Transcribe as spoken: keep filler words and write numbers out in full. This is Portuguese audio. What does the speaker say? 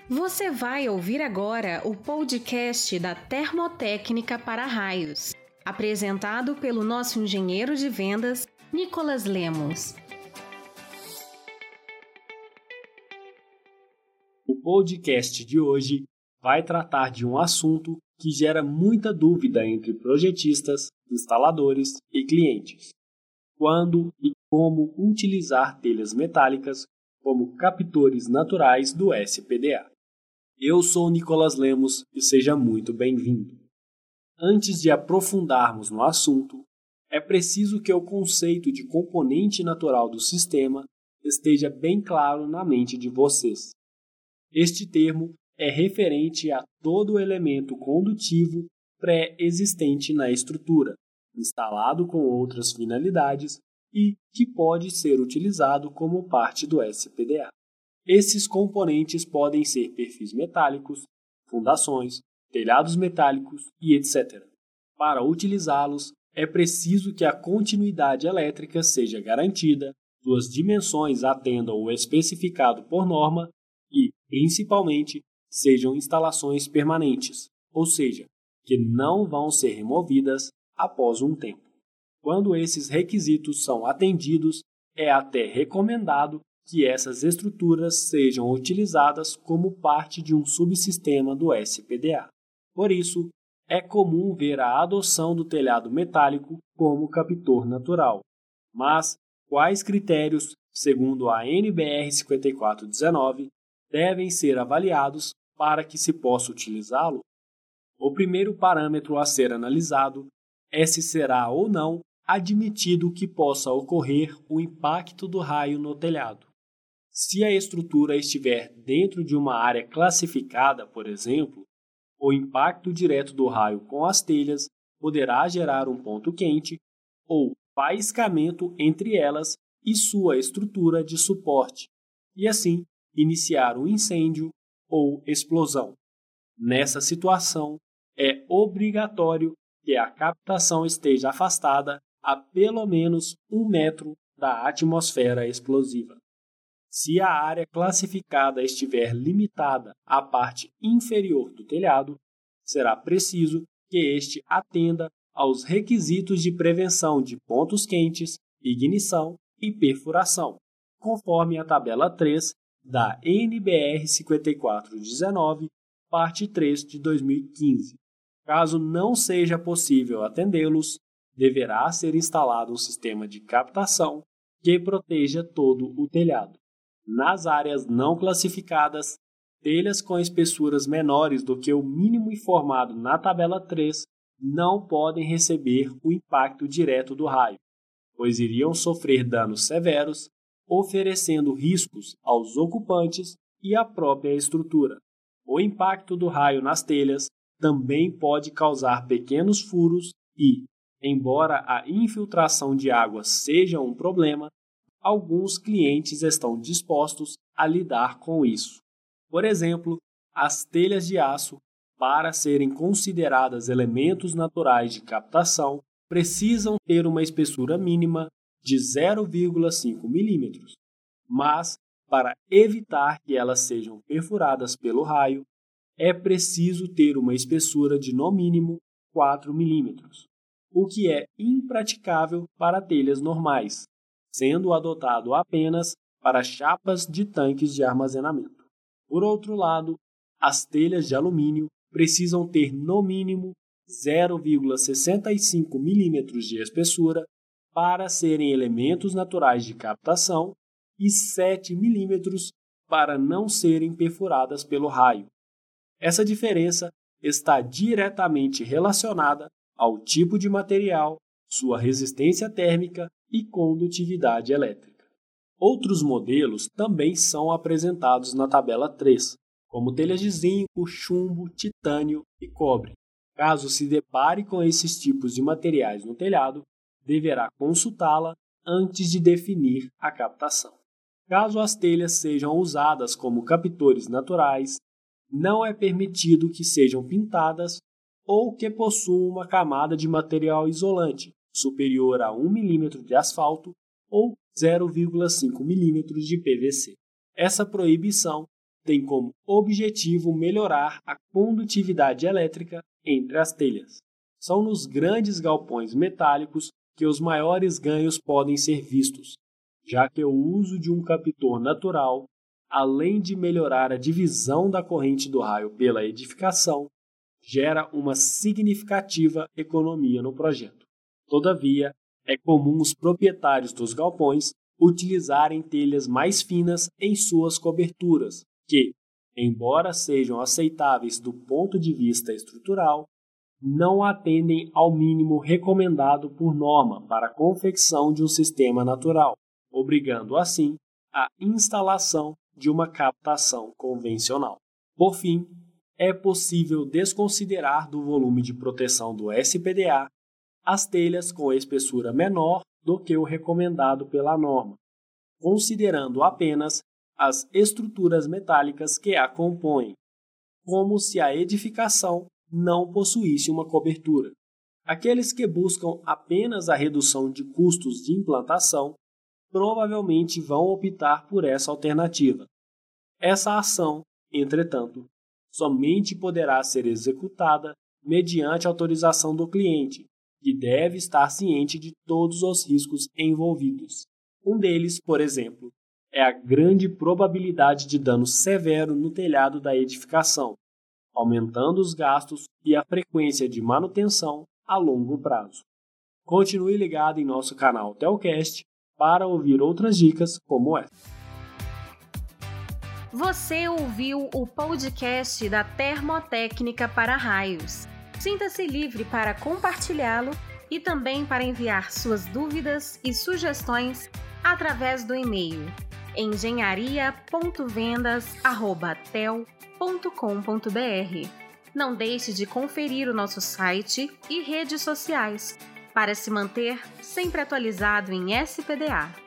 Você vai ouvir agora o podcast da Termotécnica para Raios, apresentado pelo nosso engenheiro de vendas, Nicolas Lemos. O podcast de hoje vai tratar de um assunto que gera muita dúvida entre projetistas, instaladores e clientes. Quando e como utilizar telhas metálicas como captores naturais do S P D A. Eu sou Nicolas Lemos e seja muito bem-vindo. Antes de aprofundarmos no assunto, é preciso que o conceito de componente natural do sistema esteja bem claro na mente de vocês. Este termo é referente a todo elemento condutivo pré-existente na estrutura, instalado com outras finalidades e que pode ser utilizado como parte do S P D A. Esses componentes podem ser perfis metálicos, fundações, telhados metálicos e etcétera. Para utilizá-los, é preciso que a continuidade elétrica seja garantida, suas dimensões atendam o especificado por norma e, principalmente, sejam instalações permanentes, ou seja, que não vão ser removidas após um tempo. Quando esses requisitos são atendidos, é até recomendado que essas estruturas sejam utilizadas como parte de um subsistema do S P D A. Por isso, é comum ver a adoção do telhado metálico como captor natural. Mas quais critérios, segundo a N B R cinquenta e quatro dezenove, devem ser avaliados para que se possa utilizá-lo? O primeiro parâmetro a ser analisado é se será ou não admitido que possa ocorrer o impacto do raio no telhado. Se a estrutura estiver dentro de uma área classificada, por exemplo, o impacto direto do raio com as telhas poderá gerar um ponto quente ou faiscamento entre elas e sua estrutura de suporte, e assim iniciar um incêndio ou explosão. Nessa situação, é obrigatório que a captação esteja afastada a pelo menos um metro da atmosfera explosiva. Se a área classificada estiver limitada à parte inferior do telhado, será preciso que este atenda aos requisitos de prevenção de pontos quentes, ignição e perfuração, conforme a tabela três da N B R cinquenta e quatro dezenove, parte três de dois mil e quinze. Caso não seja possível atendê-los, deverá ser instalado um sistema de captação que proteja todo o telhado. Nas áreas não classificadas, telhas com espessuras menores do que o mínimo informado na tabela três não podem receber o impacto direto do raio, pois iriam sofrer danos severos, oferecendo riscos aos ocupantes e à própria estrutura. O impacto do raio nas telhas também pode causar pequenos furos e, embora a infiltração de água seja um problema, alguns clientes estão dispostos a lidar com isso. Por exemplo, as telhas de aço, para serem consideradas elementos naturais de captação, precisam ter uma espessura mínima de zero vírgula cinco milímetros, mas, para evitar que elas sejam perfuradas pelo raio, é preciso ter uma espessura de no mínimo quatro milímetros, o que é impraticável para telhas normais, sendo adotado apenas para chapas de tanques de armazenamento. Por outro lado, as telhas de alumínio precisam ter no mínimo zero vírgula sessenta e cinco milímetros de espessura para serem elementos naturais de captação e sete milímetros para não serem perfuradas pelo raio. Essa diferença está diretamente relacionada ao tipo de material, sua resistência térmica e condutividade elétrica. Outros modelos também são apresentados na tabela três, como telhas de zinco, chumbo, titânio e cobre. Caso se depare com esses tipos de materiais no telhado, deverá consultá-la antes de definir a captação. Caso as telhas sejam usadas como captores naturais, não é permitido que sejam pintadas ou que possuam uma camada de material isolante superior a um milímetro de asfalto ou zero vírgula cinco milímetros de P V C. Essa proibição tem como objetivo melhorar a condutividade elétrica entre as telhas. São nos grandes galpões metálicos que os maiores ganhos podem ser vistos, já que o uso de um captor natural, além de melhorar a divisão da corrente do raio pela edificação, gera uma significativa economia no projeto. Todavia, é comum os proprietários dos galpões utilizarem telhas mais finas em suas coberturas, que, embora sejam aceitáveis do ponto de vista estrutural, não atendem ao mínimo recomendado por norma para a confecção de um sistema natural, obrigando assim a instalação de uma captação convencional. Por fim, é possível desconsiderar do volume de proteção do S P D A as telhas com espessura menor do que o recomendado pela norma, considerando apenas as estruturas metálicas que a compõem, como se a edificação não possuísse uma cobertura. Aqueles que buscam apenas a redução de custos de implantação provavelmente vão optar por essa alternativa. Essa ação, entretanto, somente poderá ser executada mediante autorização do cliente, que deve estar ciente de todos os riscos envolvidos. Um deles, por exemplo, é a grande probabilidade de dano severo no telhado da edificação, aumentando os gastos e a frequência de manutenção a longo prazo. Continue ligado em nosso canal Telcast para ouvir outras dicas como essa. Você ouviu o podcast da Termotécnica para Raios. Sinta-se livre para compartilhá-lo e também para enviar suas dúvidas e sugestões através do e-mail engenharia ponto vendas arroba tel ponto com ponto br. Não deixe de conferir o nosso site e redes sociais para se manter sempre atualizado em S P D A.